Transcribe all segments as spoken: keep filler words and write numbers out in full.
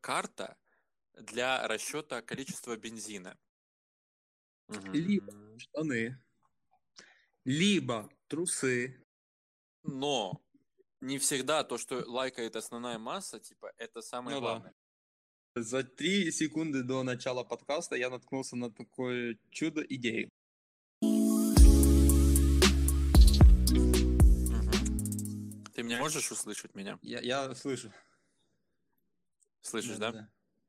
карта для расчета количества бензина. Угу. Либо штаны, либо трусы. Но не всегда то, что лайкает основная масса, типа, это самое Ну да. главное. За три секунды до начала подкаста я наткнулся на такое чудо-идею. Ты меня можешь услышать меня? Я, я слышу. Слышишь, да, да? да?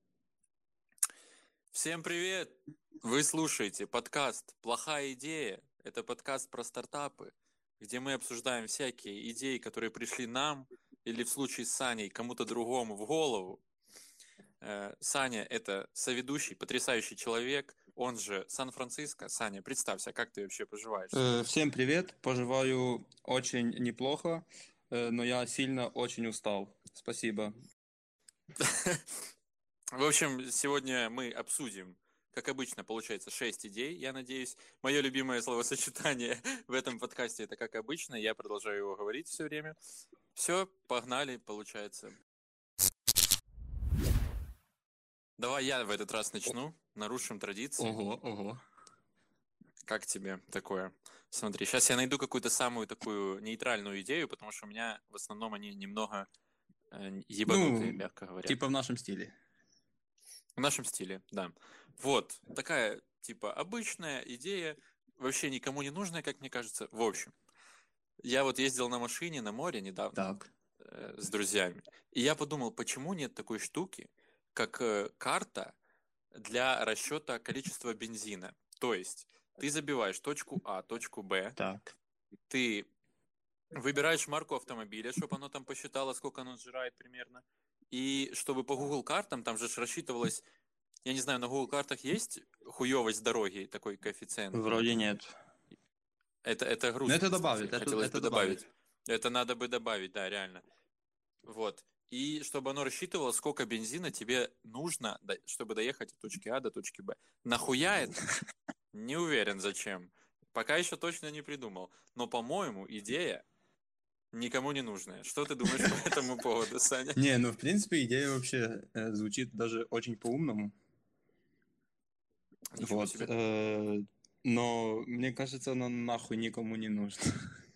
Всем привет! Вы слушаете подкаст «Плохая идея». Это подкаст про стартапы, где мы обсуждаем всякие идеи, которые пришли нам или в случае с Саней кому-то другому в голову. Саня – это соведущий, потрясающий человек, он же Сан-Франциско. Саня, представься, как ты вообще поживаешь? Всем привет, поживаю очень неплохо, но я сильно очень устал. Спасибо. В общем, сегодня мы обсудим, как обычно, получается, шесть идей, я надеюсь. Мое любимое словосочетание в этом подкасте – это «как обычно», я продолжаю его говорить все время. Все, погнали, получается. Давай я в этот раз начну, нарушим традиции. Ого, ого. Как тебе такое? Смотри, сейчас я найду какую-то самую такую нейтральную идею, потому что у меня в основном они немного э, ебанутые, ну, мягко говоря. Типа в нашем стиле. В нашем стиле, да. Вот, такая, типа, обычная идея, вообще никому не нужная, как мне кажется. В общем, я вот ездил на машине на море недавно так. э, с друзьями, и я подумал, почему нет такой штуки, как э, карта для расчета количества бензина. То есть ты забиваешь точку А, точку Б, так. ты выбираешь марку автомобиля, чтобы оно там посчитало, сколько оно сжирает примерно, и чтобы по Google картам, там же рассчитывалось, я не знаю, на Google картах есть хуёвость дороги, такой коэффициент? Вроде нет. Это, это грустно. Но это добавит, это, хотелось это бы добавить. добавить. Это надо бы добавить, да, реально. Вот. И чтобы оно рассчитывало, сколько бензина тебе нужно, чтобы доехать от точки А до точки Б. Нахуя это? Не уверен, зачем. Пока еще точно не придумал. Но, по-моему, идея никому не нужная. Что ты думаешь по этому поводу, Саня? Не, ну, в принципе, идея вообще э, звучит даже очень по-умному. Ничего вот. себе. Э, но мне кажется, она нахуй никому не нужна.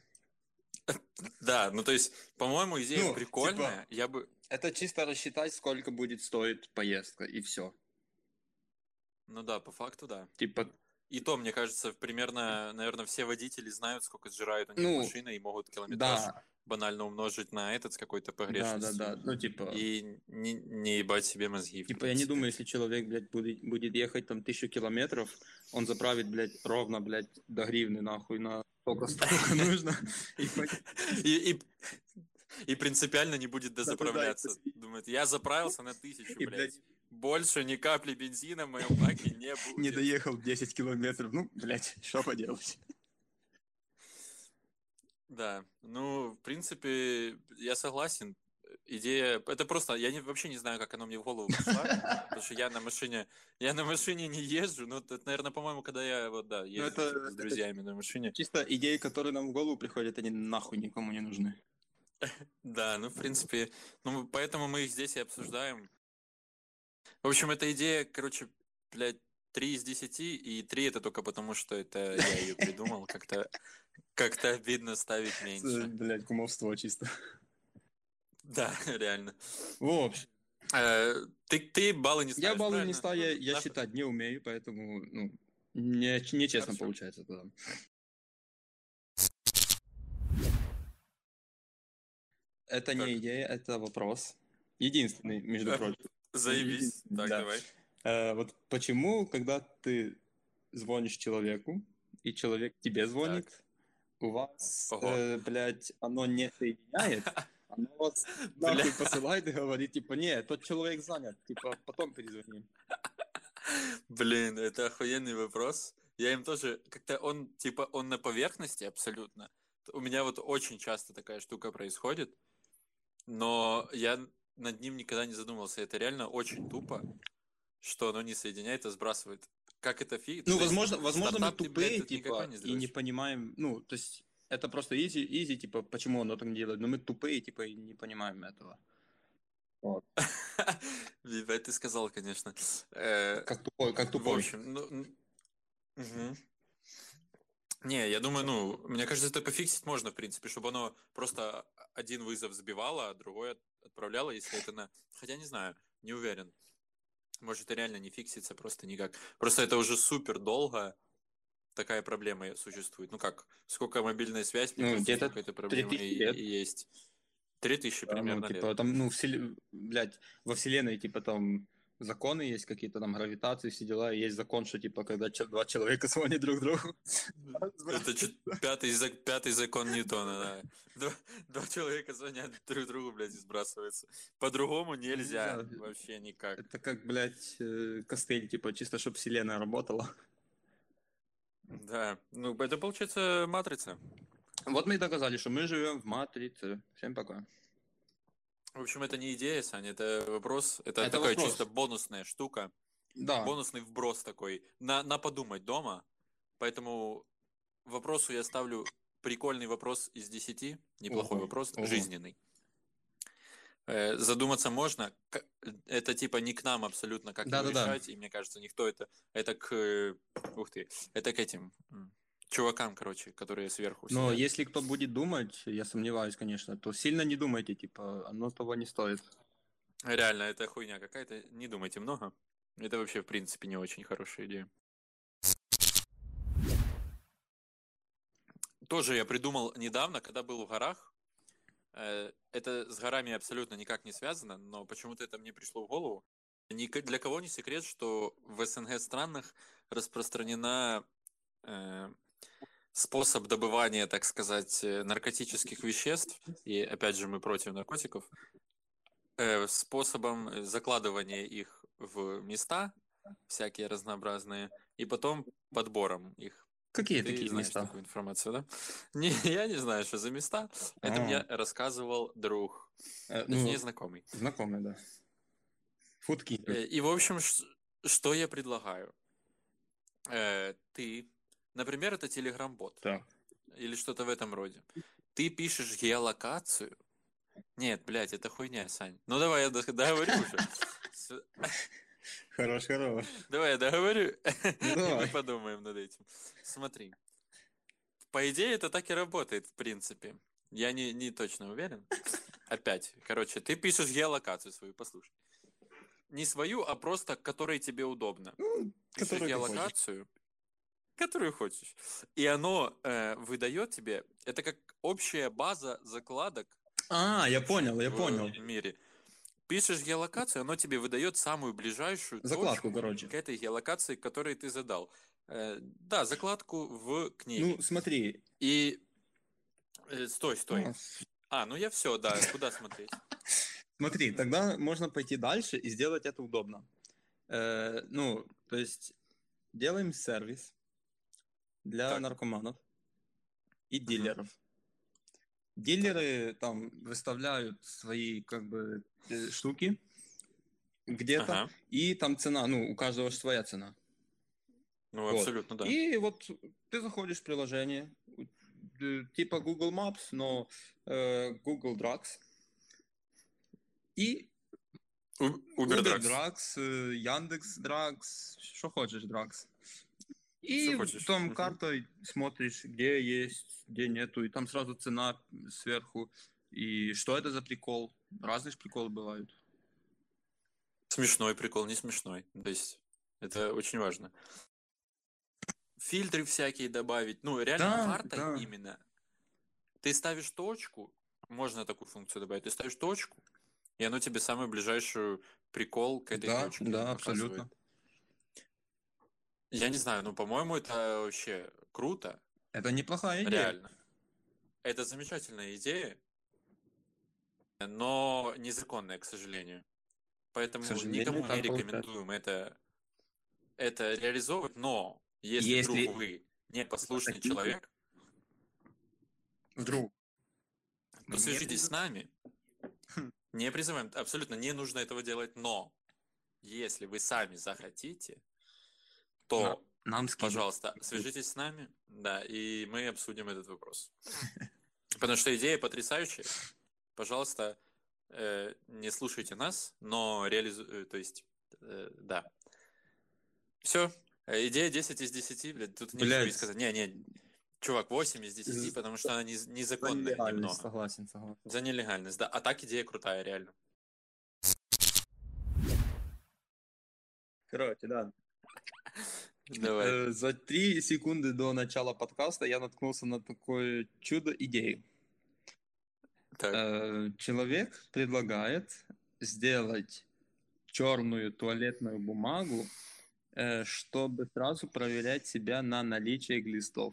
Да, ну то есть, по-моему, идея ну, прикольная. Типа, я бы... Это чисто рассчитать, сколько будет стоить поездка, и все. Ну да, по факту, да. Типа... И то, мне кажется, примерно, наверное, все водители знают, сколько сжирают у них ну, машины, и могут километраж да. банально умножить на этот с какой-то погрешностью. Да, да, да. Ну, типа... И не, не ебать себе мозги. Типа, я не думаю, если человек, блядь, будет, будет ехать там тысячу километров, он заправит, блядь, ровно, блядь, до гривны, нахуй, на сколько, сколько нужно. И, и принципиально не будет дозаправляться. Думает, я заправился на тысячу, блядь. Больше ни капли бензина в моем баке не будет. Не доехал десять километров. Ну, блядь, что поделать? Да, ну, в принципе, я согласен. Идея, это просто, я не, вообще не знаю, как оно мне в голову пришло, потому что я на машине, я на машине не езжу, ну, это, наверное, по-моему, когда я, вот, да, езжу это, типа, с друзьями на машине. Чисто идеи, которые нам в голову приходят, они нахуй никому не нужны. Да, ну, в принципе, ну, поэтому мы их здесь и обсуждаем. В общем, эта идея, короче, блядь, три из десяти, и три это только потому, что это я ее придумал, как-то как-то обидно ставить меньше. Блядь, кумовство чисто. Да, реально. В общем. Э, ты, ты баллы не ставишь, Я баллы правильно? не ставлю, я, я считать не умею, поэтому, ну, не, нечестно Хорошо. Получается тогда. Это так. Не идея, это вопрос. Единственный, между прочим. Заебись. Так, да. давай. Э, вот почему, когда ты звонишь человеку, и человек тебе звонит, так. у вас, э, блядь, оно не соединяет, оно вас нахуй посылает и говорит, типа, не, тот человек занят, типа, потом перезвоним. Блин, это охуенный вопрос. Я им тоже, как-то он, типа, он на поверхности абсолютно. У меня вот очень часто такая штука происходит, но я над ним никогда не задумывался. Это реально очень тупо, что оно не соединяет, а сбрасывает. Как это фиг? Ну, возможно, возможно мы тупые, ты, блядь, типа, не и не понимаем, ну, то есть, это просто easy, easy, типа, почему оно так делает, но мы тупые, типа, и не понимаем этого. Вот. Ебать, ты сказал, конечно. Э, Как тупой, как В тупой. общем, ну... н- мгм. Не, я думаю, ну, мне кажется, это пофиксить можно, в принципе, чтобы оно просто один вызов сбивало, а другой от- отправляло, если это на... Хотя не знаю, не уверен. Может, это реально не фиксится просто никак. Просто это уже супер долго такая проблема существует. Ну как, сколько мобильная связь, мне Ну, кажется, где-то столько эта три проблема и, тысячи лет. и есть. Три тысячи Да, ну, примерно лет. типа, там, ну, всел... блядь, во Вселенной, типа, там законы есть какие-то, там, гравитации, все дела, и есть закон, что, типа, когда че- два человека звонят друг другу, Это чё- пятый, за- пятый закон Ньютона, да. Два, два человека звонят друг другу, блядь, и сбрасываются. По-другому нельзя. нельзя. Вообще никак. Это как, блядь, э, костыль, типа, чисто, чтобы Вселенная работала. Да. Ну, это получается матрица. Вот мы и доказали, что мы живем в матрице. Всем пока. В общем, это не идея, Саня, это вопрос. Это Это такая чисто вопрос. бонусная штука. Да. Бонусный вброс такой. На, на подумать дома. Поэтому вопросу я ставлю прикольный вопрос из десяти. Неплохой Ого. вопрос, Ого. жизненный. Э, Задуматься можно. К- Это типа не к нам абсолютно, как его Да-да-да. решать. И мне кажется, никто это... Это к... э, Ух ты. Это к этим м, чувакам, короче, которые сверху Но сидят. если кто будет думать, я сомневаюсь, конечно, то сильно не думайте, типа, оно того не стоит. Реально, это хуйня какая-то. Не думайте много. Это вообще, в принципе, не очень хорошая идея. Тоже я придумал недавно, когда был в горах. Э, Это с горами абсолютно никак не связано, но почему-то это мне пришло в голову. Ни к- Для кого не секрет, что в СНГ странах распространена э, способ добывания, так сказать, э, наркотических веществ, и опять же мы против наркотиков, э, способом закладывания их в места, всякие разнообразные, и потом подбором их. Какие Ты такие знаешь места? такую информацию, да? Не, я не знаю, что за места. Это А, мне рассказывал друг, э, точнее ну, знакомый. знакомые, да. Футки. Э, И, в общем, ш- что я предлагаю? Э, Ты, например, это Telegram-бот Так. или что-то в этом роде. Ты пишешь геолокацию. Нет, блядь, это хуйня, Сань. Ну давай я до- договорю уже. С- Хорош, хорош. Давай я договорю, Ну и мы давай. подумаем над этим. Смотри. По идее, это так и работает, в принципе. Я не, не точно уверен. Опять, короче, ты пишешь геолокацию свою, послушай. Не свою, а просто, которой тебе удобно. Ну, Пишешь которую ты хочешь. геолокацию, которую хочешь. И оно э, выдает тебе, это как общая база закладок А, я вообще понял, я понял. в мире. Пишешь геолокацию, оно тебе выдает самую ближайшую Закладку, точку короче. к этой геолокации, которую ты задал. Э, да, закладку в книге. Ну, смотри. И э, стой, стой. А, А, ну я все, да, куда смотреть? смотри, тогда можно пойти дальше и сделать это удобно. Э, ну, то есть делаем сервис для Так. наркоманов и Мгм. дилеров. Дилеры там выставляют свои как бы э, штуки где-то, Ага. и там цена, ну, у каждого же своя цена. Ну, Вот. абсолютно, да. И вот ты заходишь в приложение, э, типа Google Maps, но э, Google Drugs, и У- Uber Убердракс. Drugs, э, Яндекс Drugs, что хочешь Drugs. Что И хочешь. там Мгм. картой смотришь, где есть, где нету, и там сразу цена сверху. И что это за прикол? Разные ж приколы бывают. Смешной прикол, не смешной. То есть, это очень важно. Фильтры всякие добавить. Ну, реально, Да, картой да. именно. Ты ставишь точку, можно такую функцию добавить. Ты ставишь точку, и оно тебе самый ближайший прикол к этой Да, точке да, показывает. абсолютно. Я не знаю, ну, по-моему, это вообще круто. Это неплохая идея. Реально. Это замечательная идея, но незаконная, к сожалению. К Поэтому сожалению, никому не так получается. рекомендуем это, это реализовывать. Но если вдруг Если вы непослушный захотите, человек, вдруг то мы не свяжитесь с призываем. нами. Не призываем, абсолютно не нужно этого делать, но если вы сами захотите, На- то, нам скидывают. пожалуйста, свяжитесь с нами, да, и мы обсудим этот вопрос. Потому что идея потрясающая. Пожалуйста, э, не слушайте нас, но реализуйте, то есть, э, да. Все, идея десять из десяти, блядь, тут нечего и сказать. Не, не, чувак, восемь из десяти, потому что она не, незаконная За немного. согласен, согласен. За нелегальность, да. А так идея крутая, реально. Короче, да. Давай. Э, за три секунды до начала подкаста я наткнулся на такое чудо идеи. Э, человек предлагает сделать черную туалетную бумагу, э, чтобы сразу проверять себя на наличие глистов.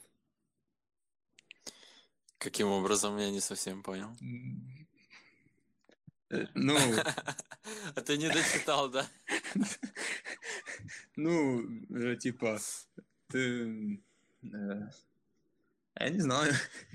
Каким образом, я не совсем понял. Э, ну... А ты не дочитал, да? Ну, э, типа, ты... э, Я не знаю.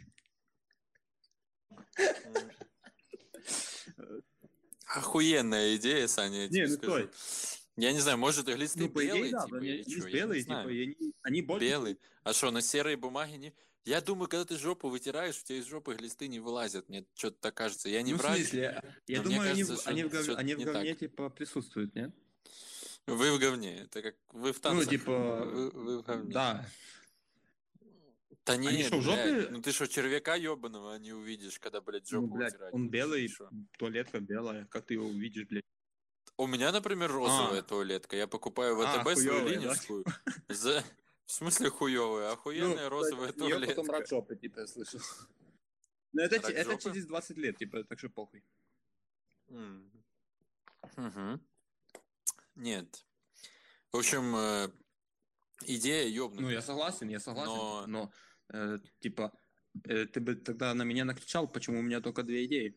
Охуенная идея, Саня, я Не, тебе ну скажу. стой. Я не знаю, может, глисты Ну, по идее, белые, да, типа, они, или они что, я белые, не знаю. типа, и они, они больше... Белые? А что, на серой бумаге не... Я думаю, когда ты жопу вытираешь, у тебя из жопы глисты не вылазят. Мне что-то так кажется. Я не Ну, в врач, смысле? Я но думаю, мне они, кажется, в- они, в, что гов... что-то они в не говне, так. типа, присутствуют, нет? Вы в говне. Это как вы в танцах. Ну, типа, Вы, вы в говне. да. Да Они нет, что, в блядь. жопе? Ну ты что, червяка ебаного не увидишь, когда, блядь, жопу Ну, блядь, вытирать он будешь, или белый, шо? туалетка белая. Как ты его увидишь, блядь? У меня, например, розовая А, туалетка. Я покупаю в а, АТБ свою хуёвая, да? ленинскую. За... В смысле хуёвая? Ну, Охуенная розовая от нее потом туалетка. рак жопы, типа, я слышал. Но это, Рак это жопы? через двадцать лет, типа, так что похуй. М. Мгм. Нет. В общем, э, идея ёбнутая. Ну, я согласен, я согласен. Но... Но, э, типа, э, ты бы тогда на меня накричал, почему у меня только две идеи.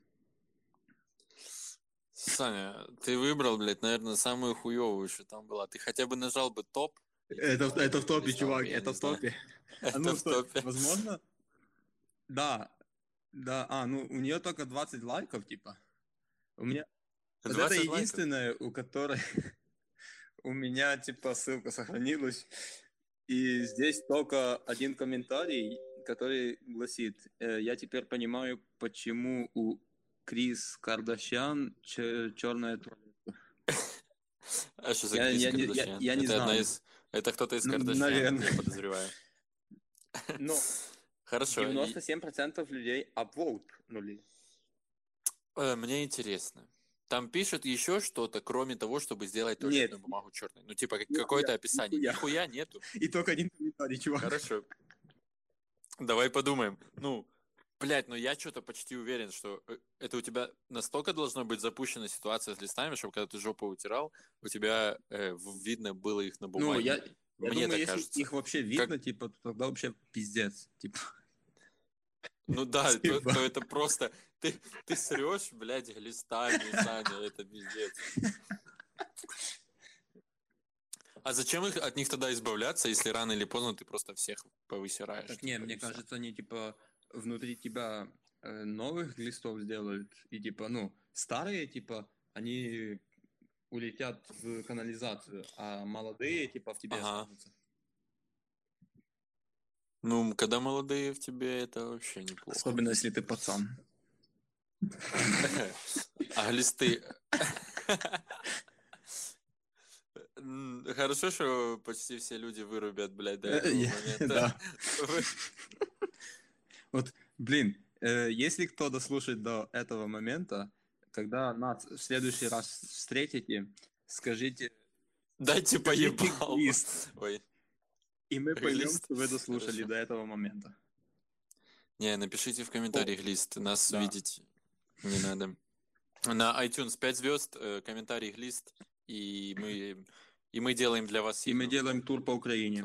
Саня, ты выбрал, блядь, наверное, самую хуёвую, что там была. Ты хотя бы нажал бы топ. и Это, типа, это в топе, листал чувак, бы, я это не в знаю. топе. А Это ну, в стой, топе. возможно, да, да, а, ну, у нее только двадцать лайков, типа. У меня, вот это двадцать лайков. единственное, у которой у меня, типа, ссылка сохранилась, и здесь только один комментарий, который гласит, э, я теперь понимаю, почему у Крис Кардашьян ч- черная туалетка. А что за Я, Крис я, не- я, Кардашьян? я не Это одна знаю. из... Это кто-то из Ну, Кардашьян, наверное. я подозреваю. Но Хорошо. и- девяносто семь процентов людей апвоутнули. э, Мне интересно. Там пишет еще что-то, кроме того, чтобы сделать туалетную Нет, бумагу черной. Ну, типа, как- нихуя, какое-то описание. нихуя. Нихуя нету. И только один комментарий, чувак. Хорошо. Давай подумаем. Ну, блядь, ну я что-то почти уверен, что э, это у тебя настолько должна быть запущена ситуация с листами, чтобы когда ты жопу утирал, у тебя э, в- видно было их на Ну, бумаге. я, я Мне думаю, так если кажется. их вообще видно, типа, то тогда вообще пиздец. Типа. Ну да, то, Типа. то это просто... Ты, ты срешь, блядь, глистами, Саня, это пиздец. А зачем их, от них тогда избавляться, если рано или поздно ты просто всех повысираешь? Так не, типа, мне и всё? кажется, они, типа, внутри тебя э, новых глистов сделают, и, типа, ну, старые, типа, они улетят в канализацию, а молодые, типа, в тебе Ага. останутся. Ну, когда молодые в тебе, это вообще неплохо. Особенно, если ты пацан. А глисты... М, Хорошо, что почти все люди вырубят, блядь, до Э, этого я- момента. Да. Вот, блин, э, если кто дослушает до этого момента, когда нас в следующий раз встретите, скажите, Дайте скажите поебал. глист, Ой, и мы поймем, глист. что вы дослушали Хорошо. до этого момента. Не, напишите в комментариях глист, нас Да. видеть не надо. На iTunes пять звезд, э, комментарий глист, и мы, и мы делаем для вас И мы сигнал. делаем тур по Украине.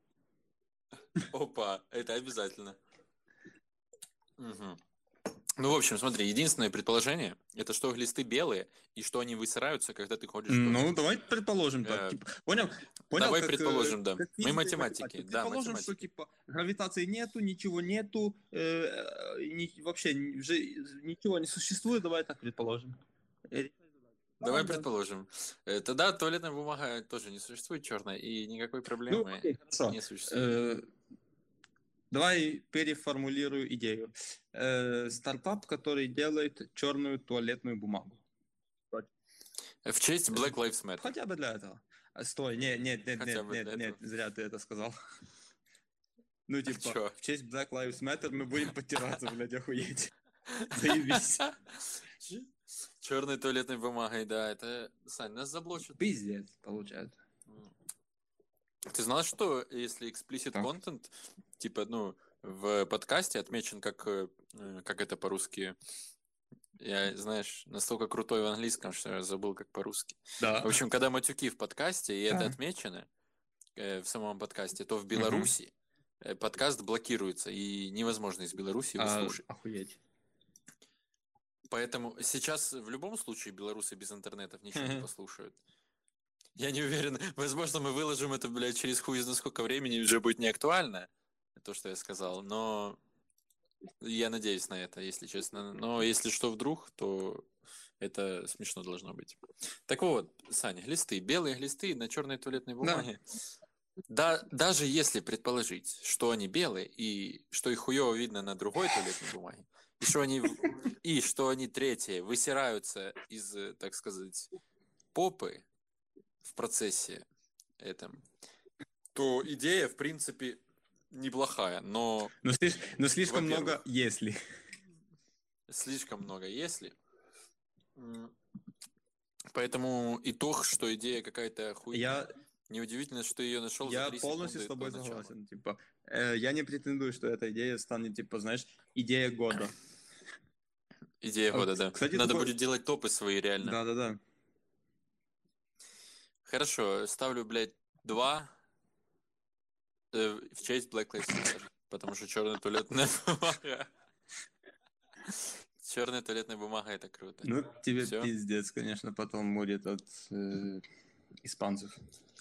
Опа, это обязательно. Мгм. Ну, в общем, смотри, единственное предположение, это что глисты белые, и что они высираются, когда ты ходишь в туалет. Ну, давай предположим так. Э, Типа, понял? Понял, давай как, э, предположим, да. как Мы физика и математики, математика. да, Предположим, что математики. типа гравитации нету, ничего нету, э, э, ни- вообще ни- жи- ничего не существует, давай так предположим. Э, Давай да, да. предположим. Э, Тогда туалетная бумага тоже не существует черная, и никакой Ну, проблемы окей, хорошо. не существует. Э, Давай переформулирую идею. Э, стартап, который делает черную туалетную бумагу. В честь Black Lives Matter. Хотя бы для этого. Стой, нет, нет, нет, Хотя нет, бы для нет, нет, этого. зря ты это сказал. Ну, типа, Чё? в честь Black Lives Matter мы будем потираться, блядь, охуеть. Заебись. Черной туалетной бумагой, да, это, Сань, нас заблочат. Пиздец, получается. Ты знал, что если explicit Так. content, типа, ну, в подкасте отмечен как, э, как это по-русски, я, знаешь, настолько крутой в английском, что я забыл, как по-русски. Да. В общем, когда матюки в подкасте, и это Да. отмечено э, в самом подкасте, то в Беларуси э, подкаст блокируется, и невозможно из Беларуси его А, слушать. охуеть. Поэтому сейчас в любом случае белорусы без интернетов ничего не послушают. Я не уверен, возможно, мы выложим это, блядь, через хуй знает сколько времени, уже будет не актуально, то, что я сказал, но я надеюсь на это, если честно. Но если что вдруг, то это смешно должно быть. Так вот, Саня, глисты, белые глисты на черной туалетной бумаге. Да, даже если предположить, что они белые, и что их хуево видно на другой туалетной бумаге, и что они, и что они третьи высираются из, так сказать, попы в процессе этом, то идея, в принципе, неплохая, но... Но, слиш... но слишком много «если». Слишком много «если». Поэтому итог, что идея какая-то хуйня. Я... Неудивительно, что ты ее нашел я за три секунды. Я полностью с тобой согласен. Типа, э, я не претендую, что эта идея станет, типа, знаешь, идея года. Идея года, да. Кстати, надо такой... будет делать топы свои, реально. Да-да-да. Хорошо, ставлю, блядь, два э, в честь Black Lives Matter, потому что черная туалетная бумага. Черная туалетная бумага — это круто. Ну, тебе Всё? Пиздец, конечно, потом будет от э, испанцев.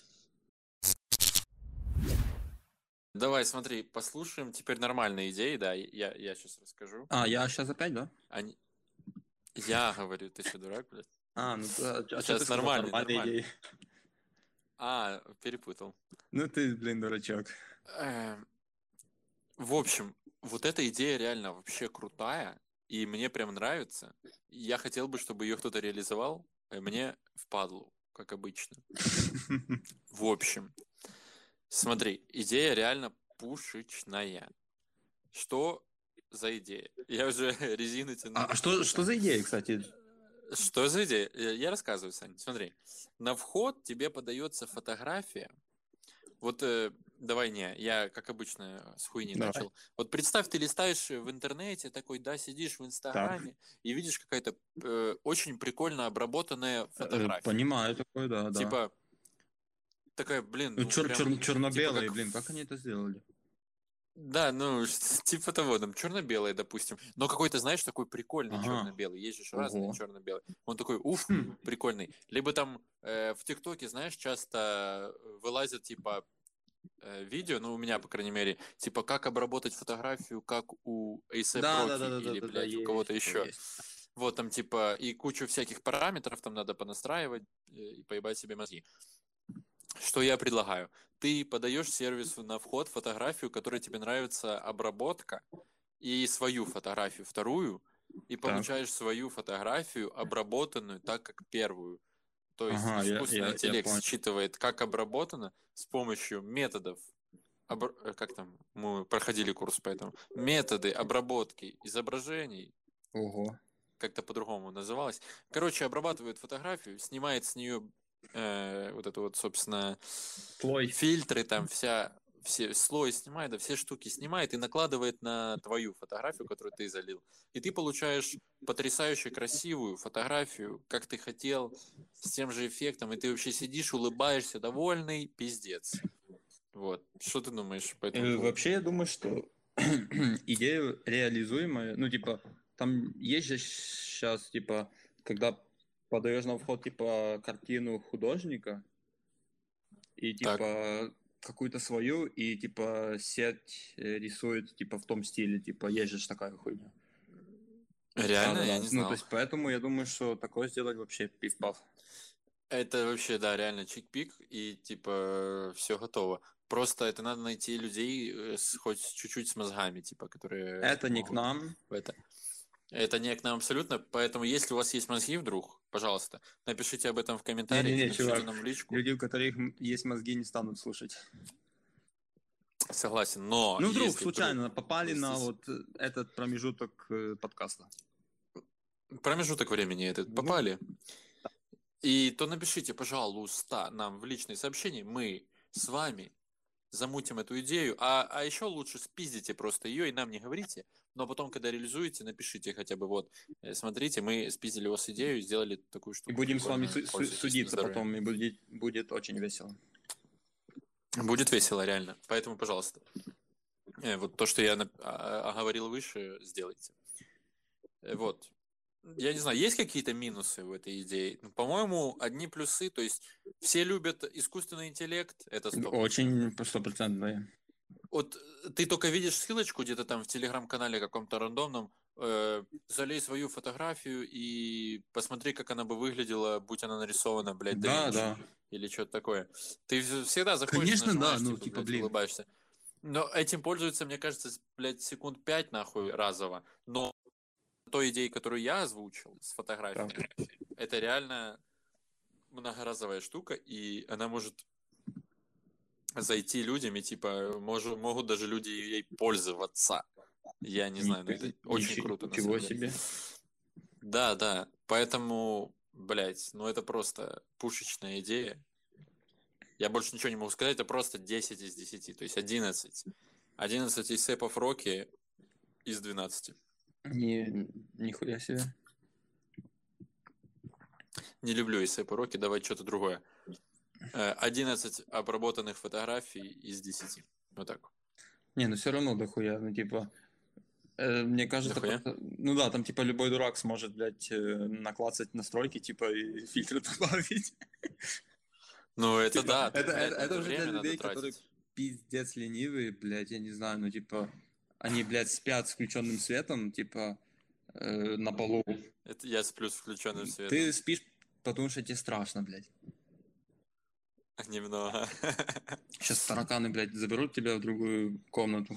Давай, смотри, послушаем теперь нормальные идеи, да, я, я сейчас расскажу. А, я сейчас опять, да? Они... Я говорю, ты что, дурак, блядь? А, ну, а, а сейчас что нормальные, нормальные нормальные. идеи? А, перепутал. Ну ты, блин, дурачок. В общем, вот эта идея реально вообще крутая, и мне прям нравится. Я хотел бы, чтобы ее кто-то реализовал, а мне впадлу, как обычно. В общем, смотри, идея реально пушечная. Что за идея? Я уже резину тяну. А что, что за идея, кстати? Что за идея? Я рассказываю, Сань. Смотри, на вход тебе подается фотография. Вот э, давай не, я как обычно с хуйни Давай. начал. Вот представь, ты листаешь в интернете, такой, да, сидишь в Инстаграме так. и видишь какая-то э, очень прикольно обработанная фотография. Понимаю такое, да, да. Типа, такая, блин, ну, ну чер- прям, чер- черно-белые, типа как... блин, как они это сделали? Да, ну, типа того, там, черно-белый, допустим. Но какой-то, знаешь, такой прикольный ага. черно-белый. Есть же разные черно-белые. Он такой, уф, хм. прикольный. Либо там э, в ТикТоке, знаешь, часто вылазят, типа, э, видео, ну, у меня, по крайней мере, типа, как обработать фотографию, как у A$AP да, Rocky да, да, да, или, да, блядь, да, у кого-то есть, еще. есть. Вот там, типа, и кучу всяких параметров там надо понастраивать и поебать себе мозги. Что я предлагаю? Ты подаешь сервису на вход фотографию, которая тебе нравится обработка, и свою фотографию, вторую, и получаешь так. свою фотографию, обработанную так, как первую. То есть ага, искусственный я, интеллект я, я считывает, как обработано с помощью методов, обр... как там, мы проходили курс по этому, методы обработки изображений. Ого. Как-то по-другому называлось. Короче, обрабатывает фотографию, снимает с нее э, вот это вот, собственно, слой. Фильтры, там вся, все слой снимает, да, все штуки снимает и накладывает на твою фотографию, которую ты залил. И ты получаешь потрясающе красивую фотографию, как ты хотел, с тем же эффектом, и ты вообще сидишь, улыбаешься, довольный, пиздец. Вот. Что ты думаешь по этому поводу? Вообще, я думаю, что идея реализуемая, ну, типа, там есть же сейчас, типа, когда подаешь на вход, типа, картину художника, и, типа, так. какую-то свою, и, типа, сеть рисует, типа, в том стиле, типа, есть же такая хуйня. Реально? Да, да, я да. не ну, знал. то есть, поэтому я думаю, что такое сделать вообще пиф-паф. Это вообще, да, реально чик-пик, и типа все готово. Просто это надо найти людей э, с, хоть чуть-чуть с мозгами, типа, которые Это не к могут нам. в это. Это не к нам абсолютно, поэтому если у вас есть мозги вдруг, пожалуйста, напишите об этом в комментариях, Не-не-не, напишите чувак. нам в личку. Люди, у которых есть мозги, не станут слушать. Согласен, но ну, вдруг если случайно вдруг попали есть на здесь вот этот промежуток подкаста. промежуток времени этот Ну, попали, и то напишите, пожалуйста, нам в личные сообщения, мы с вами замутим эту идею, а, а еще лучше спиздите просто ее и нам не говорите, но потом, когда реализуете, напишите хотя бы вот, э, смотрите, мы спиздили у вас идею, сделали такую штуку. И будем с вами прикольную, су- пользуйтесь на судиться здоровье. потом, и будет, будет очень весело. Будет весело, реально. Поэтому, пожалуйста, э, вот то, что я нап- а- оговорил выше, сделайте. Э, Вот. Я не знаю, есть какие-то минусы в этой идее? Ну, по-моему, одни плюсы, то есть все любят искусственный интеллект, это сто процентов. Очень стопроцентно. Вот э, ты только видишь ссылочку где-то там в телеграм-канале каком-то рандомном, э, залей свою фотографию и посмотри, как она бы выглядела, будь она нарисована, блядь, да Да, Винчи да. или что-то такое. Ты вз- всегда заходишь, Конечно, да, нажимаешь, ну, типа, типа, блядь, блин. улыбаешься. Но этим пользуются, мне кажется, с- блядь, секунд пять нахуй разово. Но той идеей, которую я озвучил с фотографией, Да. это реально многоразовая штука, и она может зайти людям, и типа мож, могут даже люди ей пользоваться. Я не знаю, но это Ничего- очень круто на Ничего самом деле. себе. Да, да. Поэтому, блядь, ну это просто пушечная идея. Я больше ничего не могу сказать, это просто десять из десяти, то есть одиннадцать. одиннадцать эсэпов Роки из двенадцати. Не, нихуя себе. Не люблю эсэпы Роки, давай что-то другое. Э, одиннадцать обработанных фотографий из десяти. Вот так. Не, ну все равно дохуя, ну типа, э, мне кажется, Дохуя? просто- ну да, там типа любой дурак сможет, блядь, э, наклацать настройки, типа, и фильтры добавить. Ну это Типа, да, так, это, блядь, это, на это это уже для время надо людей, которые тратить. пиздец ленивые, блядь, я не знаю, ну типа, они, блядь, спят с включенным светом, типа, э, на полу. Это я сплю с включенным Ты светом. спишь, потому что тебе страшно, блядь. Немного. Сейчас тараканы, блядь, заберут тебя в другую комнату.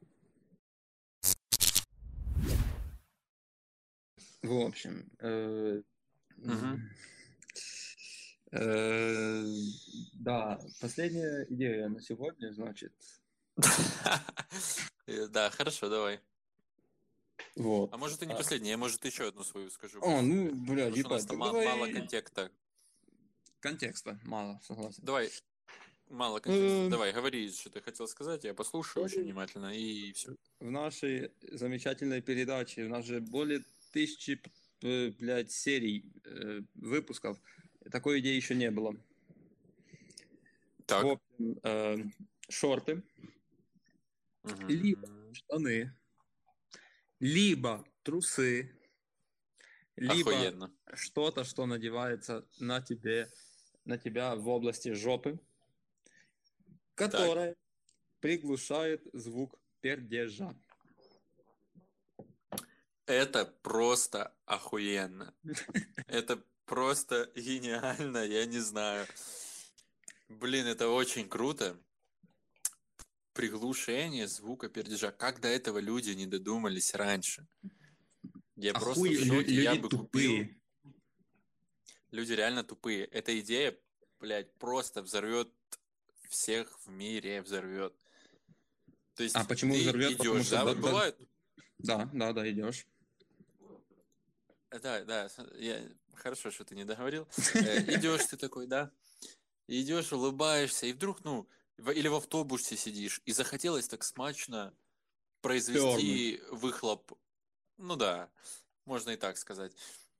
В общем, э, Мгм. э, да, последняя идея на сегодня, значит, Э, Да, хорошо, давай. вот. А может и не А, последний, я может еще одну свою скажу. О, в ну, конце. блядь, Потому что у нас ебать, там так ма- давай мало контекста. контекста, мало, согласен. Давай, мало контекста. Э, Давай, говори, что ты хотел сказать, я послушаю очень внимательно, и все. В нашей замечательной передаче, у нас же более тысячи, э, блядь, серий, э, выпусков, такой идеи еще не было. В Так. общем, э, шорты, Мгм. либо штаны, либо трусы, либо Охуенно. что-то, что надевается на тебе, на тебя в области жопы, которое приглушает звук пердежа. Это просто охуенно. Это просто гениально, я не знаю. Блин, это очень круто. Приглушение звука пердежа. Как до этого люди не додумались раньше? Я А просто хуй, в лю- шоке. Я люди бы купил... тупые. Люди реально тупые. Эта идея, блядь, просто взорвет всех в мире, взорвет. То есть А почему ты взорвет? Потому идешь, что да, да, вот да, бывает... да, да, да, идешь. Да, да, я... хорошо, что ты не договорил. Э, Идешь ты такой, да, идешь, улыбаешься, и вдруг, ну, в- или в автобусе сидишь, и захотелось так смачно произвести выхлоп. Ну да, можно и так сказать.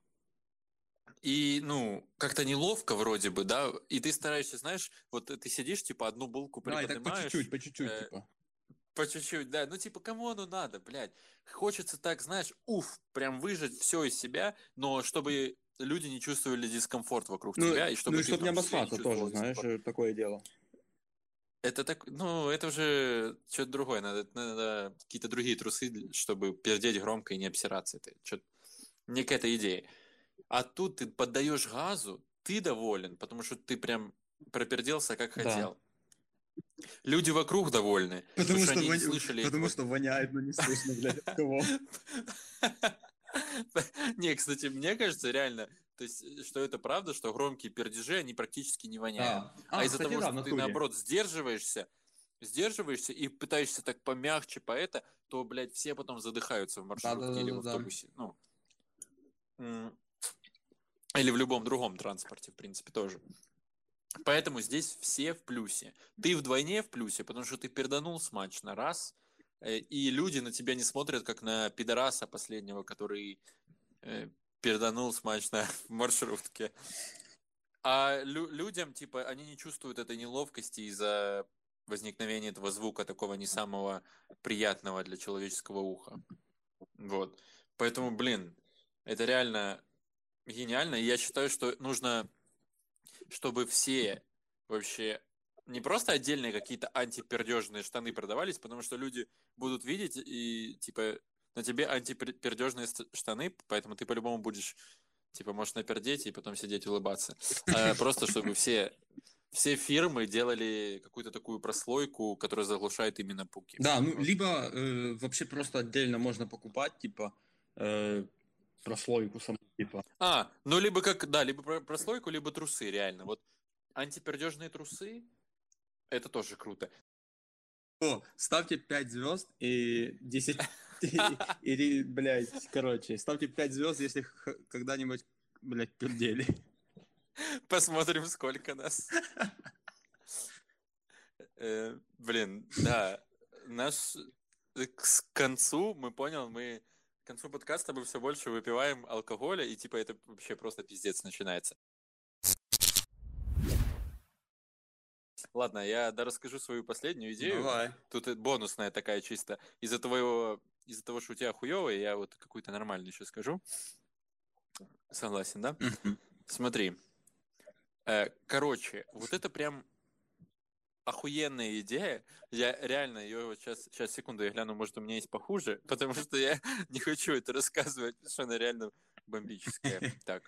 И, ну, как-то неловко вроде бы, да, и ты стараешься, знаешь, вот ты сидишь, типа, одну булку Да, и так по приподнимаешь, чуть-чуть, по чуть-чуть, э, типа. по чуть-чуть, да, ну, типа, кому оно надо, блядь? Хочется так, знаешь, уф, прям выжать все из себя, но чтобы люди не чувствовали дискомфорт вокруг Ну, тебя, и чтобы ну и ты в чтобы не том числе не обосраться тоже, чувствовал знаешь, дискомфорт. э, такое дело. Это так, ну, это уже что-то другое, надо, надо какие-то другие трусы, для- чтобы пердеть громко и не обсираться. Это что-то не к этой идее. А тут ты поддаешь газу, ты доволен, потому что ты прям проперделся, как Да. хотел. Люди вокруг довольны, Потому потому что что, они не воня- слышали потому вот- что воняет, но не слышно, блядь, от кого. Не, кстати, мне кажется, реально, то есть, что это правда, что громкие пердежи, они практически не воняют. А, А а, из-за кстати, того, да, в что ты, натуре. наоборот, сдерживаешься, сдерживаешься и пытаешься так помягче по это, то, блядь, все потом задыхаются в маршрутке или в Да-да-да-да-да. автобусе. Ну, м, или в любом другом транспорте, в принципе, тоже. Поэтому здесь все в плюсе. Ты вдвойне в плюсе, потому что ты перданул смачно, раз, э, и люди на тебя не смотрят, как на пидораса последнего, который э, перданул смачно в маршрутке. А лю- людям, типа, они не чувствуют этой неловкости из-за возникновения этого звука, такого не самого приятного для человеческого уха. Вот. Поэтому, блин, это реально гениально. И я считаю, что нужно, чтобы все вообще не просто отдельные какие-то антипердежные штаны продавались, потому что люди будут видеть и, типа, на тебе антипердежные ст- штаны, поэтому ты по-любому будешь, типа, можешь напердеть и потом сидеть улыбаться. А просто чтобы все, все фирмы делали какую-то такую прослойку, которая заглушает именно пуки. Да, ну, Вот. либо э, вообще просто отдельно можно покупать, типа, э, прослойку саму, типа. А, ну либо как, да, либо про- прослойку, либо трусы, реально. Вот антипердежные трусы, это тоже круто. О, ставьте пять звезд и десять... Или, блядь, короче, ставьте пять звезд, если х- когда-нибудь, блядь, пердели. Посмотрим, сколько нас. Э, Блин, да, наш э, к с- к концу мы понял, мы к концу подкаста мы все больше выпиваем алкоголя, и типа это вообще просто пиздец начинается. Ладно, я да расскажу свою последнюю идею. Давай. Тут и бонусная такая чисто. Из-за твоего, из-за того, что у тебя хуёвый, я вот какую-то нормальную еще скажу. Согласен, да? Мгм. Смотри. Э, Короче, вот это прям охуенная идея. Я реально ее вот сейчас, сейчас, секунду, я гляну, может, у меня есть похуже, потому что я не хочу это рассказывать, потому что она реально бомбическая. Так.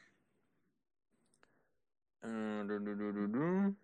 Э, ду-ду-ду-ду-ду.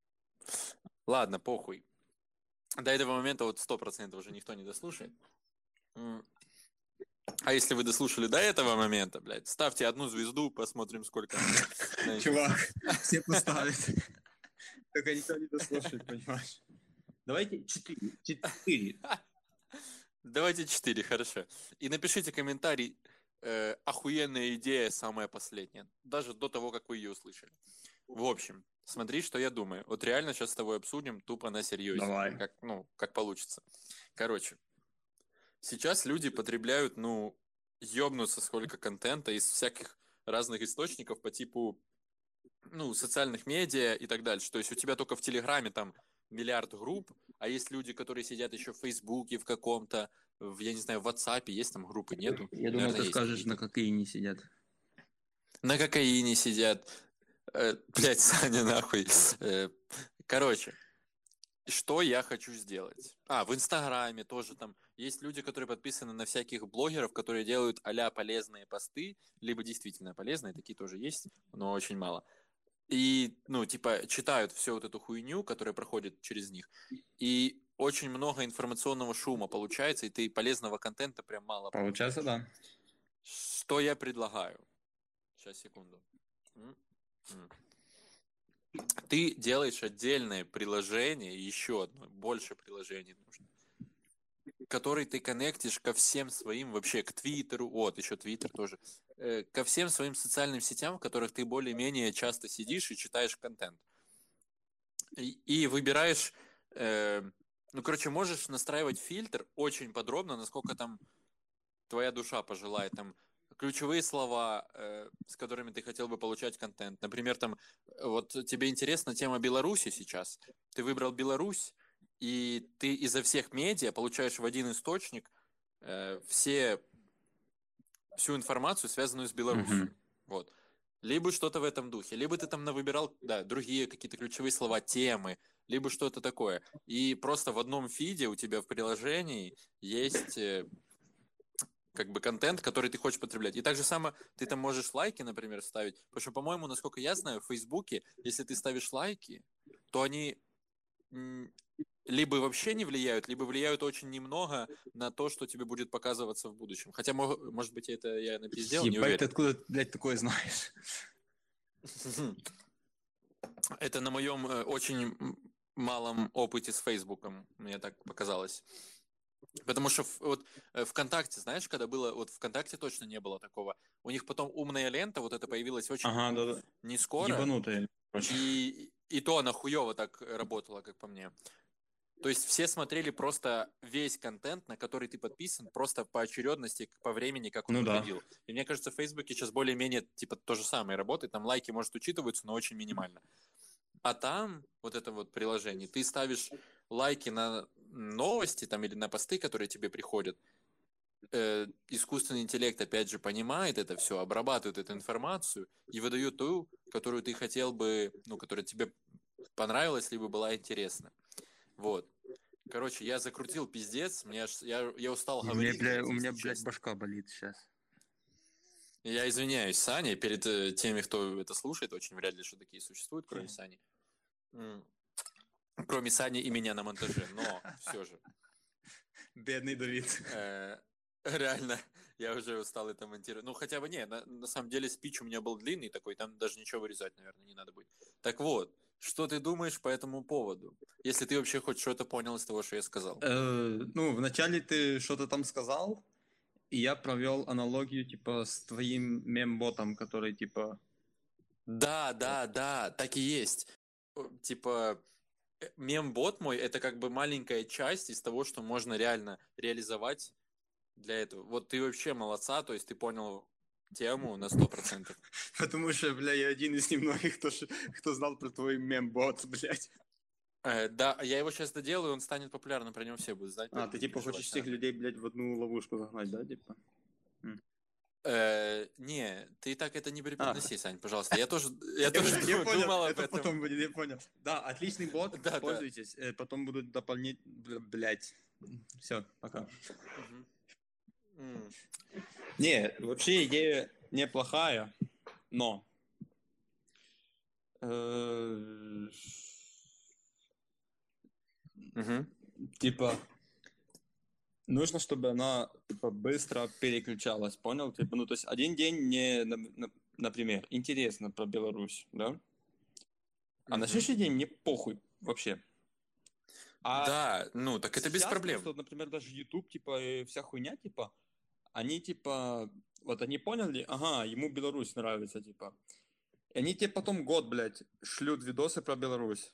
Ладно, похуй. До этого момента вот сто процентов уже никто не дослушает. М. А если вы дослушали до этого момента, блядь, ставьте одну звезду, посмотрим, сколько нас. Знаешь. Чувак, все поставят. Только никто не дослушает, понимаешь? Давайте четыре. Четыре. Давайте четыре, хорошо. И напишите комментарий, э, охуенная идея, самая последняя. Даже до того, как вы ее услышали. В общем, смотри, что я думаю. Вот реально сейчас с тобой обсудим тупо на серьезе. Давай. Как, ну, как получится. Короче, сейчас люди потребляют, ну, ёбнуться сколько контента из всяких разных источников по типу, ну, социальных медиа и так дальше. То есть у тебя только в Телеграме там миллиард групп, а есть люди, которые сидят еще в Фейсбуке в каком-то, в, я не знаю, в WhatsApp, есть там группы, нету? Я думал, Наверное, ты есть скажешь, на какие-то. кокаине сидят. На кокаине сидят. Э, блядь, Саня, нахуй. Э, короче, что я хочу сделать? А, в Инстаграме тоже там есть люди, которые подписаны на всяких блогеров, которые делают а-ля полезные посты, либо действительно полезные, такие тоже есть, но очень мало. И, ну, типа, читают всю вот эту хуйню, которая проходит через них. И очень много информационного шума получается, и ты полезного контента прям мало Получается, получаешь. да. Что я предлагаю? Сейчас, секунду. М-м. Ты делаешь отдельное приложение, еще одно, больше приложений нужно, который ты коннектишь ко всем своим, вообще к Твиттеру, вот, еще Твиттер тоже, э, ко всем своим социальным сетям, в которых ты более-менее часто сидишь и читаешь контент. И, и выбираешь, э, ну, короче, можешь настраивать фильтр очень подробно, насколько там твоя душа пожелает, там, ключевые слова, э, с которыми ты хотел бы получать контент. Например, там, вот тебе интересна тема Беларуси сейчас, ты выбрал Беларусь, и ты изо всех медиа получаешь в один источник э, все, всю информацию, связанную с Беларусью. Мгм. Вот. Либо что-то в этом духе, либо ты там навыбирал, да, другие какие-то ключевые слова, темы, либо что-то такое. И просто в одном фиде у тебя в приложении есть э, как бы контент, который ты хочешь потреблять. И так же само ты там можешь лайки, например, ставить. Потому что, по-моему, насколько я знаю, в Фейсбуке, если ты ставишь лайки, то они м, либо вообще не влияют, либо влияют очень немного на то, что тебе будет показываться в будущем. Хотя, мо- может быть, это я напиздел, не Ебать, ты уверен. откуда, блядь, такое знаешь? Это на моем э, очень м, малом опыте с Фейсбуком, мне так показалось. Потому что в- вот э, ВКонтакте, знаешь, когда было, вот ВКонтакте точно не было такого. У них потом умная лента, вот это появилась очень Ага, да-да. не скоро, Ебанутые, короче. и, и то она хуево так работала, как по мне. То есть все смотрели просто весь контент, на который ты подписан, просто по очередности, по времени, как он Ну да. выходил. И мне кажется, в Фейсбуке сейчас более-менее типа то же самое работает. Там лайки, может, учитываются, но очень минимально. А там, вот это вот приложение, ты ставишь лайки на новости там или на посты, которые тебе приходят. Э, искусственный интеллект, опять же, понимает это все, обрабатывает эту информацию и выдает ту, которую ты хотел бы, ну, которая тебе понравилась, либо была интересна. Вот. Короче, я закрутил пиздец, мне аж, я, я устал У меня, говорить, бля, блядь, у меня, если блядь, честно. башка болит сейчас. Я извиняюсь, Саня, перед э, теми, кто это слушает, очень вряд ли, что такие существуют, кроме Тихо. Сани. М. Кроме Сани и меня на монтаже, но все же. Бедный Давид. Э, реально, я уже устал это монтировать. Ну, хотя бы не, на, на самом деле спич у меня был длинный такой, там даже ничего вырезать, наверное, не надо будет. Так вот, что ты думаешь по этому поводу? Если ты вообще хоть что-то понял из того, что я сказал. Э, ну, вначале ты что-то там сказал, и я провел аналогию, типа, с твоим мемботом, который, типа... Да, да, да, так и есть. О, Типа, э, мем-бот мой — это как бы маленькая часть из того, что можно реально реализовать для этого. Вот ты вообще молодца, то есть ты понял тему на сто процентов. Потому что, бля, я один из немногих, кто, ш- кто знал про твой мембот, блядь. Э, да, я его сейчас доделаю, он станет популярным, про него все будут знать, А, поэтому ты, не типа, переживай, хочешь все всех нормально. людей, блядь, в одну ловушку загнать, да, типа? М. Э, не, ты так это не А, преподноси, Сань, пожалуйста. Я тоже, я я, тоже я ду- понял, думал об это этом. потом будет, я понял. Да, отличный бот, Да, да. пользуйтесь, э, потом будут дополнительные, блядь. Все, пока. Мгм. М. Не, вообще идея неплохая, но э, Мгм. типа нужно, чтобы она типа быстро переключалась, понял? Типа, ну то есть один день мне, на- на- например, интересно про Беларусь, да? А на Мгм. следующий день мне похуй вообще. А Да, ну, так это без сейчас просто, проблем. вот, например, даже YouTube, типа, и вся хуйня, типа, они, типа, вот они поняли, ага, ему Беларусь нравится, типа. И они тебе потом год, блядь, шлют видосы про Беларусь.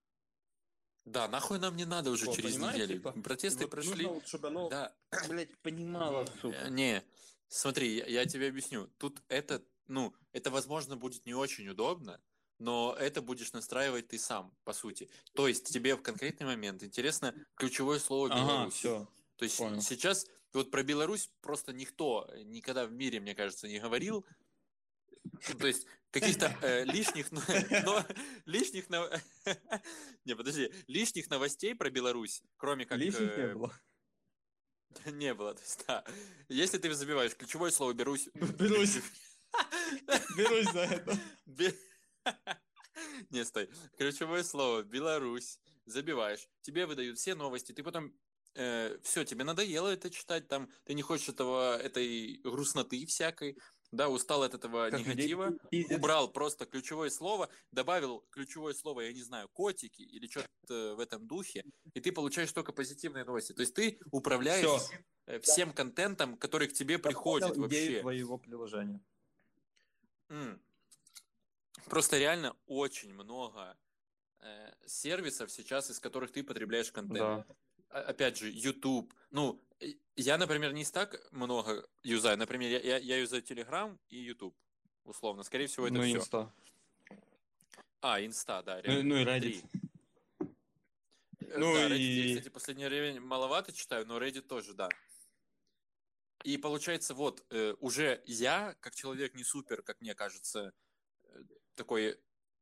Да, нахуй нам не надо уже Вот, через понимаешь, неделю. типа, и Протесты вот нужно прошли. вот, чтобы оно, Да. блядь, понимало, Э, сука. Не, смотри, я, я тебе объясню. Тут это, ну, это, возможно, будет не очень удобно, но это будешь настраивать ты сам, по сути. То есть тебе в конкретный момент интересно ключевое слово Ага, Беларусь. все, То есть понял. сейчас вот про Беларусь просто никто никогда в мире, мне кажется, не говорил. Ну, то есть каких-то э, лишних, но, но лишних, но- не, подожди, лишних новостей про Беларусь, кроме как Лишних не э, было. не было. То есть, да. Если ты забиваешь ключевое слово «берусь», Берусь, берусь за это. Бе- Не, стой. Ключевое слово «Беларусь». Забиваешь. Тебе выдают все новости. Ты потом... все, тебе надоело это читать. Там ты не хочешь этого, этой грустноты всякой. Да, устал от этого Как людей негатива. пиздят. Убрал просто ключевое слово, добавил ключевое слово, я не знаю, котики или что-то в этом духе, и ты получаешь только позитивные новости. То есть ты управляешь Все, э, всем контентом, который к тебе я понял приходит идею вообще. твоего приложения. М. Просто реально очень много э, сервисов сейчас, из которых ты потребляешь контент. Да. А- Опять же, YouTube. Ну, э, я, например, не так много юзаю. Например, я, я, я юзаю Telegram и YouTube. Условно. Скорее всего, это Ну, все. инста. А, Инста, да, Ну, реально. ну и Reddit. Три. Э, Ну Да, Reddit я, и... кстати, в последнее время маловато читаю, но Reddit тоже, да. И получается, вот, э, уже я, как человек не супер, как мне кажется, э, такой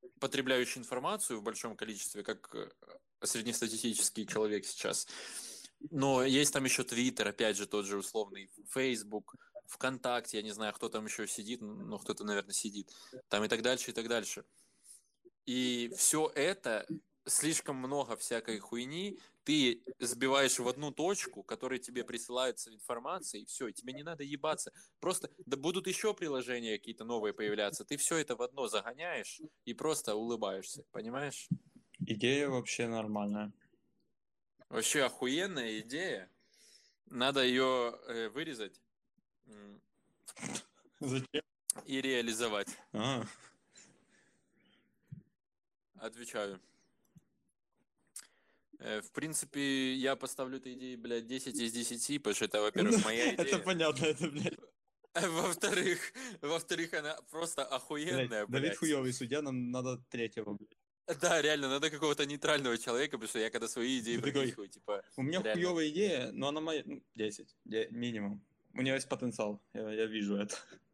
потребляющий информацию в большом количестве, как э, среднестатистический человек сейчас, Но есть там еще Твиттер, опять же, тот же условный Фейсбук, ВКонтакте, я не знаю, кто там еще сидит, но кто-то, наверное, сидит. Там и так дальше, и так дальше. И все это, слишком много всякой хуйни, ты сбиваешь в одну точку, которая тебе присылается информация, и все, и тебе не надо ебаться. Просто да будут еще приложения какие-то новые появляться, ты все это в одно загоняешь и просто улыбаешься, понимаешь? Идея вообще нормальная. Вообще охуенная идея. Надо ее э, вырезать м, Зачем? и реализовать. А, Отвечаю. Э, в принципе, я поставлю этой идее, блядь, десять из десяти, потому что это, во-первых, моя это идея. понятно, это, блядь. Во-вторых, во-вторых, она просто Блядь, охуенная, Давид блядь. хуёвый судья, нам надо третьего, блядь. Да, реально, надо какого-то нейтрального человека, потому что я когда свои идеи Ты такой, пропихиваю, типа, у меня реально. хуёвая идея, но она моя, ну, десять, де- минимум. У нее есть потенциал, я, я вижу это.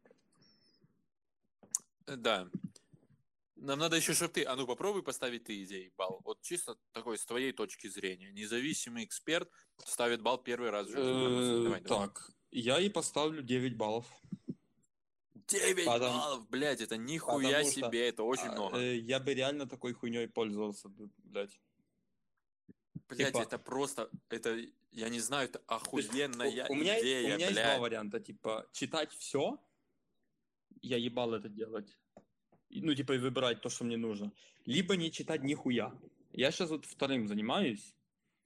Да. Нам надо еще, чтобы ты... А ну, попробуй поставить ты идеи, балл. Вот чисто такой, с твоей точки зрения. Независимый эксперт ставит балл первый раз в жизни. А ну, Э, давай, давай. Так, я ей поставлю девять баллов. девять Потом- баллов, блядь, это нихуя потому что, себе, это очень а, много. э, Я бы реально такой хуйней пользовался, бы, блядь. Блядь, типа- это просто... Это, я не знаю, это охуенная у, у меня, есть- идея, у меня есть блядь. два варианта, типа, читать все, я ебал это делать. И, Ну, типа, и выбирать то, что мне нужно. Либо не читать нихуя. Я сейчас вот вторым занимаюсь,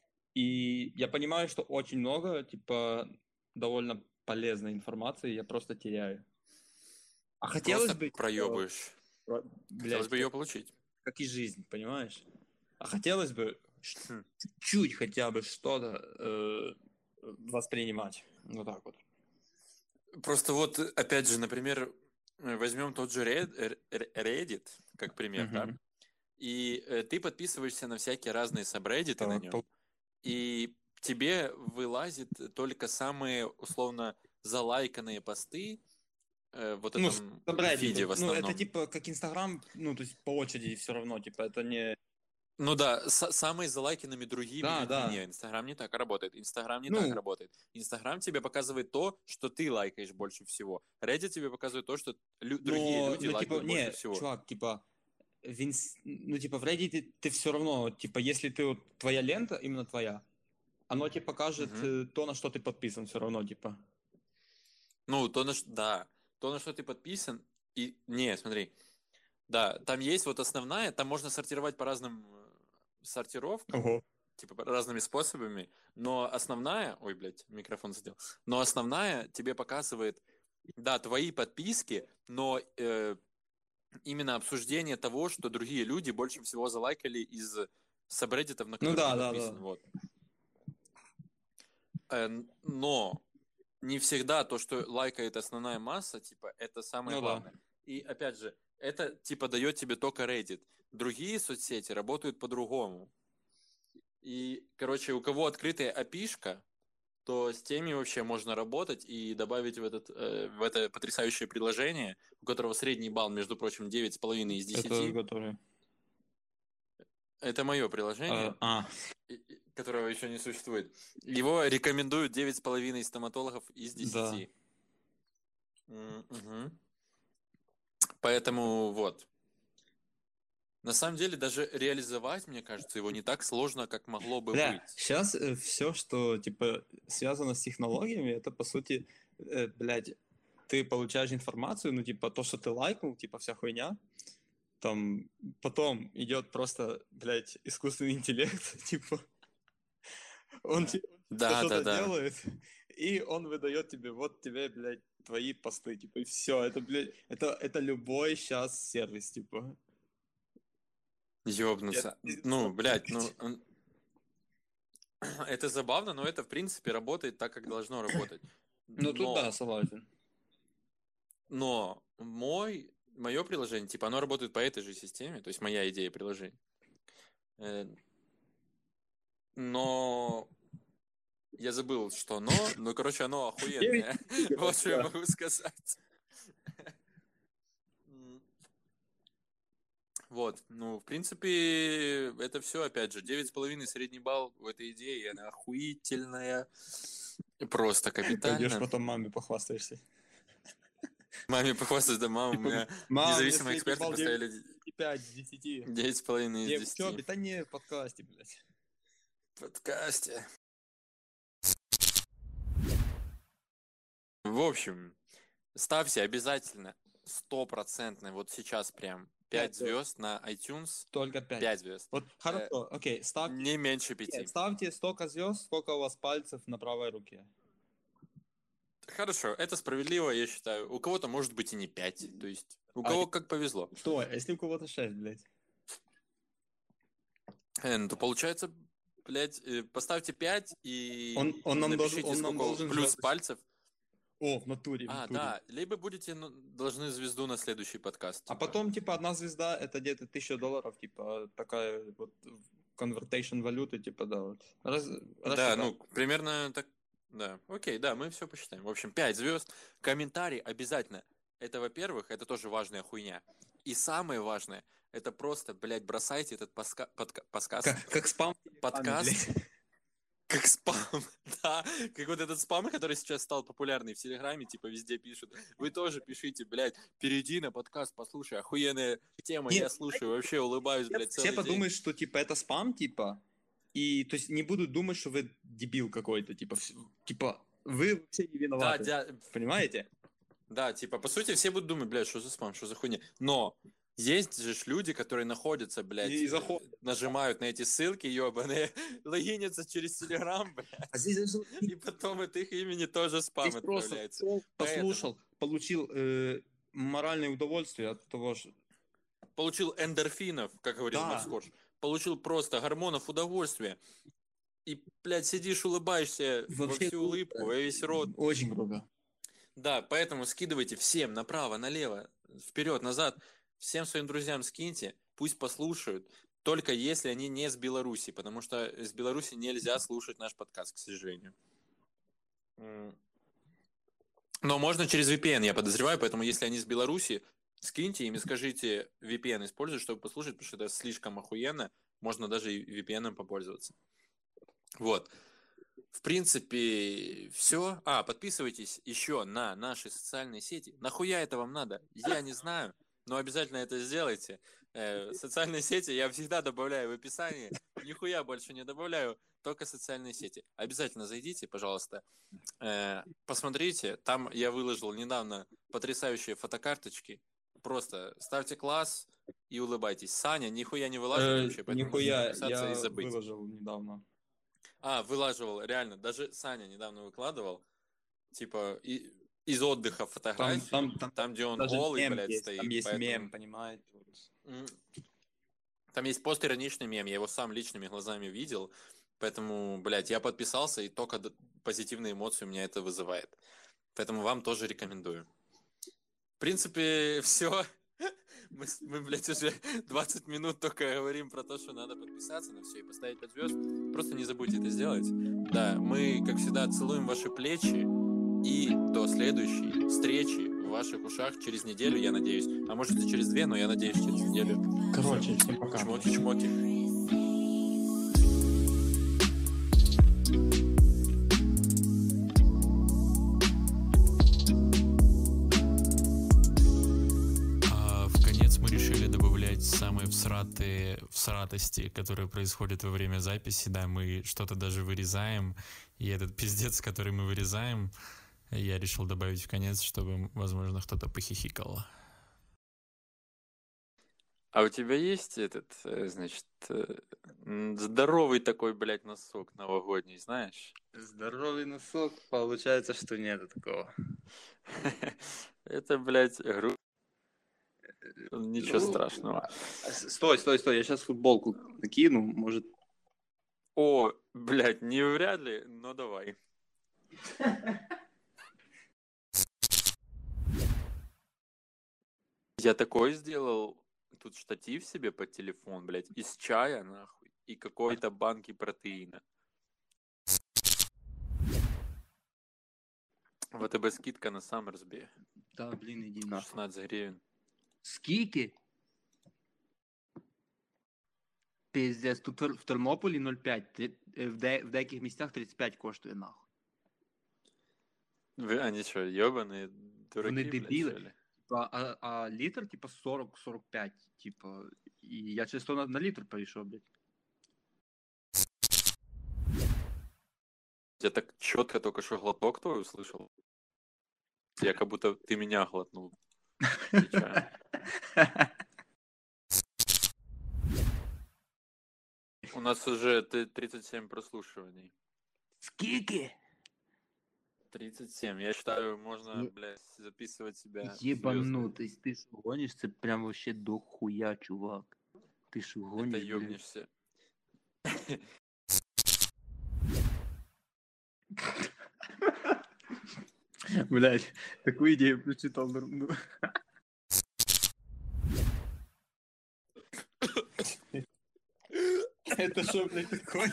и я понимаю, что очень много, типа, довольно полезной информации я просто теряю. А хотелось Просто бы, типа, проебываешь. про- Хотелось блядь, бы ее как, получить. как и жизнь, понимаешь? А хотелось бы ш- Хм. чуть хотя бы что-то э, воспринимать. Вот так вот. Просто вот, опять же, например, э, возьмем тот же Red- Р- Р- Reddit, как пример, да? Мгм. И э, ты подписываешься на всякие разные сабреддиты на Так, нем, пол- и тебе вылазит только самые, условно, залайканные посты э, в вот Ну, этом собрать, фиде в ну, основном. это типа как Инстаграм, ну, то есть по очереди все равно, типа, это не... Ну да, с- самые залайканными другими Да, людьми. да. Не, Инстаграм не так работает. Инстаграм не Ну. так работает. Инстаграм тебе показывает то, что ты лайкаешь больше всего. Reddit тебе показывает то, что лю- другие Но, люди ну, типа, лайкают больше не, всего. чувак, типа, в инс- ну, типа, в Reddit ты, ты все равно, типа, если ты, вот, твоя лента, именно твоя, оно тебе покажет Мгм. э, то, на что ты подписан, все равно, типа. Ну, то, на что... Да. То, на что ты подписан. И... Не, смотри. Да, там есть вот основная, там можно сортировать по разным э, сортировкам, Ого. типа по разными способами, но основная... Ой, блядь, микрофон задел. Но основная тебе показывает, да, твои подписки, но... э, именно обсуждение того, что другие люди больше всего залайкали из сабреддитов, на Ну которые да, ты да, подписан. да. Вот. Э, Но не всегда то, что лайкает основная масса, типа, это самое Ну да. главное. И опять же, это типа дает тебе только Reddit. Другие соцсети работают по-другому. И, короче, у кого открытая опишка, то с теми вообще можно работать и добавить в, этот, э, в это потрясающее приложение, у которого средний балл, между прочим, девять с половиной из Это десяти. который. Это мое приложение, А, а, и- и- которого еще не существует. Его рекомендуют девять с половиной стоматологов из да. десяти. М, мгм. Поэтому вот. На самом деле, даже реализовать, мне кажется, его не так сложно, как могло бы Бля, быть. сейчас все, что, типа, связано с технологиями, это, по сути, э, блядь, ты получаешь информацию, ну, типа, то, что ты лайкнул, типа, вся хуйня, там, потом идет просто, блядь, искусственный интеллект, типа, он ти- Да, да, что-то да. делает, и он выдает тебе, вот тебе, блядь, твои посты, типа, и все, это, блядь, это, это любой сейчас сервис, типа. Ёбнуться. Я- Ну, блядь, ну... он- Это забавно, но это, в принципе, работает так, как должно работать. Ну, тут да, Но, согласен. но мой, мое приложение, типа, оно работает по этой же системе, то есть моя идея приложения. Э, Но я забыл, что оно, ну, короче, оно охуенное. Вот что я могу сказать. М, Вот, ну, в принципе, это все, опять же, девять с половиной средний балл в этой идее, и она охуительная, просто Пойдешь капитально. потом маме похвастаешься. Маме похвастаюсь, да, мама, у Типа, меня мам, мне независимые средний эксперты балл девять поставили и пять из десяти. девять с половиной из Где в учебе? десяти. Да не, в подкасте, блядь. В подкасте. В общем, ставьте обязательно стопроцентно вот сейчас прям пять Пять звезд. звезд на iTunes. Только пять. пять звезд. Вот Э, хорошо, окей, ставьте. Не меньше Нет, пяти. ставьте столько звезд, сколько у вас пальцев на правой руке. Хорошо, это справедливо, я считаю. У кого-то может быть и не пять. То есть, у А кого как повезло. Что, а если у кого-то шесть, блядь? Э, ну, то получается, блядь, э, поставьте пять и Он, он нам должен, напишите, он нам сколько должен плюс звездочку. пальцев. О, в натуре, в А, натуре. да, либо будете ну, должны звезду на следующий подкаст. А типа. потом, типа, одна звезда, это где-то тысяча долларов, типа, такая вот convertation валюты, типа, да, вот. Раз, Да, рассчитал. ну, примерно так, да. Окей, да, мы все посчитаем. В общем, пять звезд. Комментарий обязательно. Это, во-первых, это тоже важная хуйня. И самое важное, это просто, блядь, бросайте этот паска- подка- подкаст. Как, как спам в Телеграме, Подкаст. блядь. Как спам, да, как вот этот спам, который сейчас стал популярный в Телеграме, типа везде пишут. Вы тоже пишите, блядь, перейди на подкаст, послушай, охуенная тема, Нет, я слушаю, вообще улыбаюсь, блядь, Все целый день. подумают, что, типа, это спам, типа, и, то есть, не будут думать, что вы дебил какой-то, типа, вс- типа, вы вообще не Да, виноваты, дя- понимаете? да, типа, по сути, все будут думать, блядь, что за спам, что за хуйня. Но есть же ж люди, которые находятся, блядь, И э, заходят. нажимают на эти ссылки, ебаные, логинятся через Телеграм, блядь, А здесь даже и потом от их имени тоже спам здесь просто отправляется. зашел, Поэтому послушал, получил э, моральное удовольствие от того, что... получил эндорфинов, как говорил Да. Макс Корж, получил просто гормонов удовольствия. И, блядь, сидишь, улыбаешься во Вообще всю круто. улыбку, во весь рот. Очень круто. Да, поэтому скидывайте всем направо, налево, вперед, назад. Всем своим друзьям скиньте, пусть послушают. Только если они не с Беларуси, потому что с Беларуси нельзя слушать наш подкаст, к сожалению. Но можно через ви пи эн, я подозреваю, поэтому если они с Беларуси, скиньте им и скажите ви пи эн использовать, чтобы послушать, потому что это слишком охуенно. Можно даже и ви пи эн попользоваться. Вот. В принципе, все. А, подписывайтесь еще на наши социальные сети. Нахуя это вам надо? Я не знаю, но обязательно это сделайте. Э, социальные сети я всегда добавляю в описании. Нихуя больше не добавляю, только социальные сети. Обязательно зайдите, пожалуйста. Э, посмотрите, там я выложил недавно потрясающие фотокарточки. Просто ставьте класс и улыбайтесь. Саня нихуя не вылаживает Э, вообще, поэтому можете нихуя, подписаться и я забыть. выложил недавно. А, вылаживал, реально. Даже Саня недавно выкладывал. Типа, и, из отдыха фотографии. Там, там, там, Там, где он даже голый, мем блядь, есть, стоит. там есть поэтому... мем, понимаете? М. Там есть постироничный мем, я его сам личными глазами видел. Поэтому, блядь, я подписался, и только д- позитивные эмоции у меня это вызывает. Поэтому вам тоже рекомендую. В принципе, все. Мы, с- мы, блядь, уже двадцать минут только говорим про то, что надо подписаться на все и поставить пять звезд. Просто не забудьте это сделать. Да, мы, как всегда, целуем ваши плечи. И до следующей встречи в ваших ушах через неделю, я надеюсь. А может и через две, но я надеюсь через неделю. Короче, всем пока. Чмоки-чмоки. Самые всратые всратости, которые происходят во время записи, да, мы что-то даже вырезаем, и этот пиздец, который мы вырезаем, я решил добавить в конец, чтобы, возможно, кто-то похихикал. А у тебя есть этот, значит, здоровый такой, блядь, носок новогодний, знаешь? Здоровый носок, получается, что нету такого. Это, блядь, гру... Ничего страшного. Стой, стой, стой, я сейчас футболку накину, может... О, блядь, не вряд ли, но давай. Я такой сделал тут штатив себе под телефон, блядь, из чая, нахуй, и какой-то банки протеина. ВТБ скидка на Саммерсби. Да, блин, иди нахуй. шестнадцать гривен. Скики? Пиздец, тут в Тернополі нуль цілих п'ять, ти- е, в, де, в деяких місцях тридцять п'ять коштує нахуй. Вы, они что, ебаные дураки, Вони блядь, дебіли. что ли? Типа, а, а літр, типа, сорок сорок п'ять, типа, і я чисто на, на літр перейшов, блядь. Я так четко только что глоток твой услышал. Я как будто ты меня глотнул. Отвечаю. У нас уже т- тридцать семь прослушиваний. Скільки? тридцать семь. Я считаю, можно, Е- блядь, записывать себя звездой. Єбанутись, ти ж гониш, це прям вообще до хуя, чувак. Ти ж Это гониш, блядь. ёбнешься. Блядь, таку ідею прочитав. Ну. Это что, блядь, такое?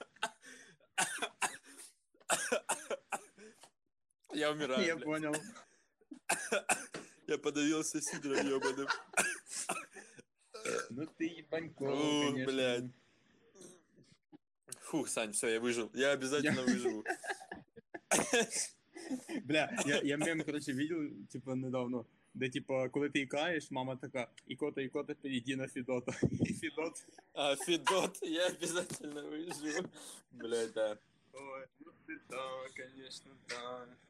Я умираю, Я блядь. понял. Я подавился сидром ёбаным. Ну ты ебанько, Ух, конечно. блядь. Фух, Сань, все, я выжил. Я обязательно выживу. Бля, я, я мем, короче, видел, типа, недавно, де, типа, коли ти ікаєш, мама така, ікота, ікота, перейди на Фідота. І Фідот. А, Фидот, я обязательно выживу. Блядь, да. Ой, ну ти да, конечно, да.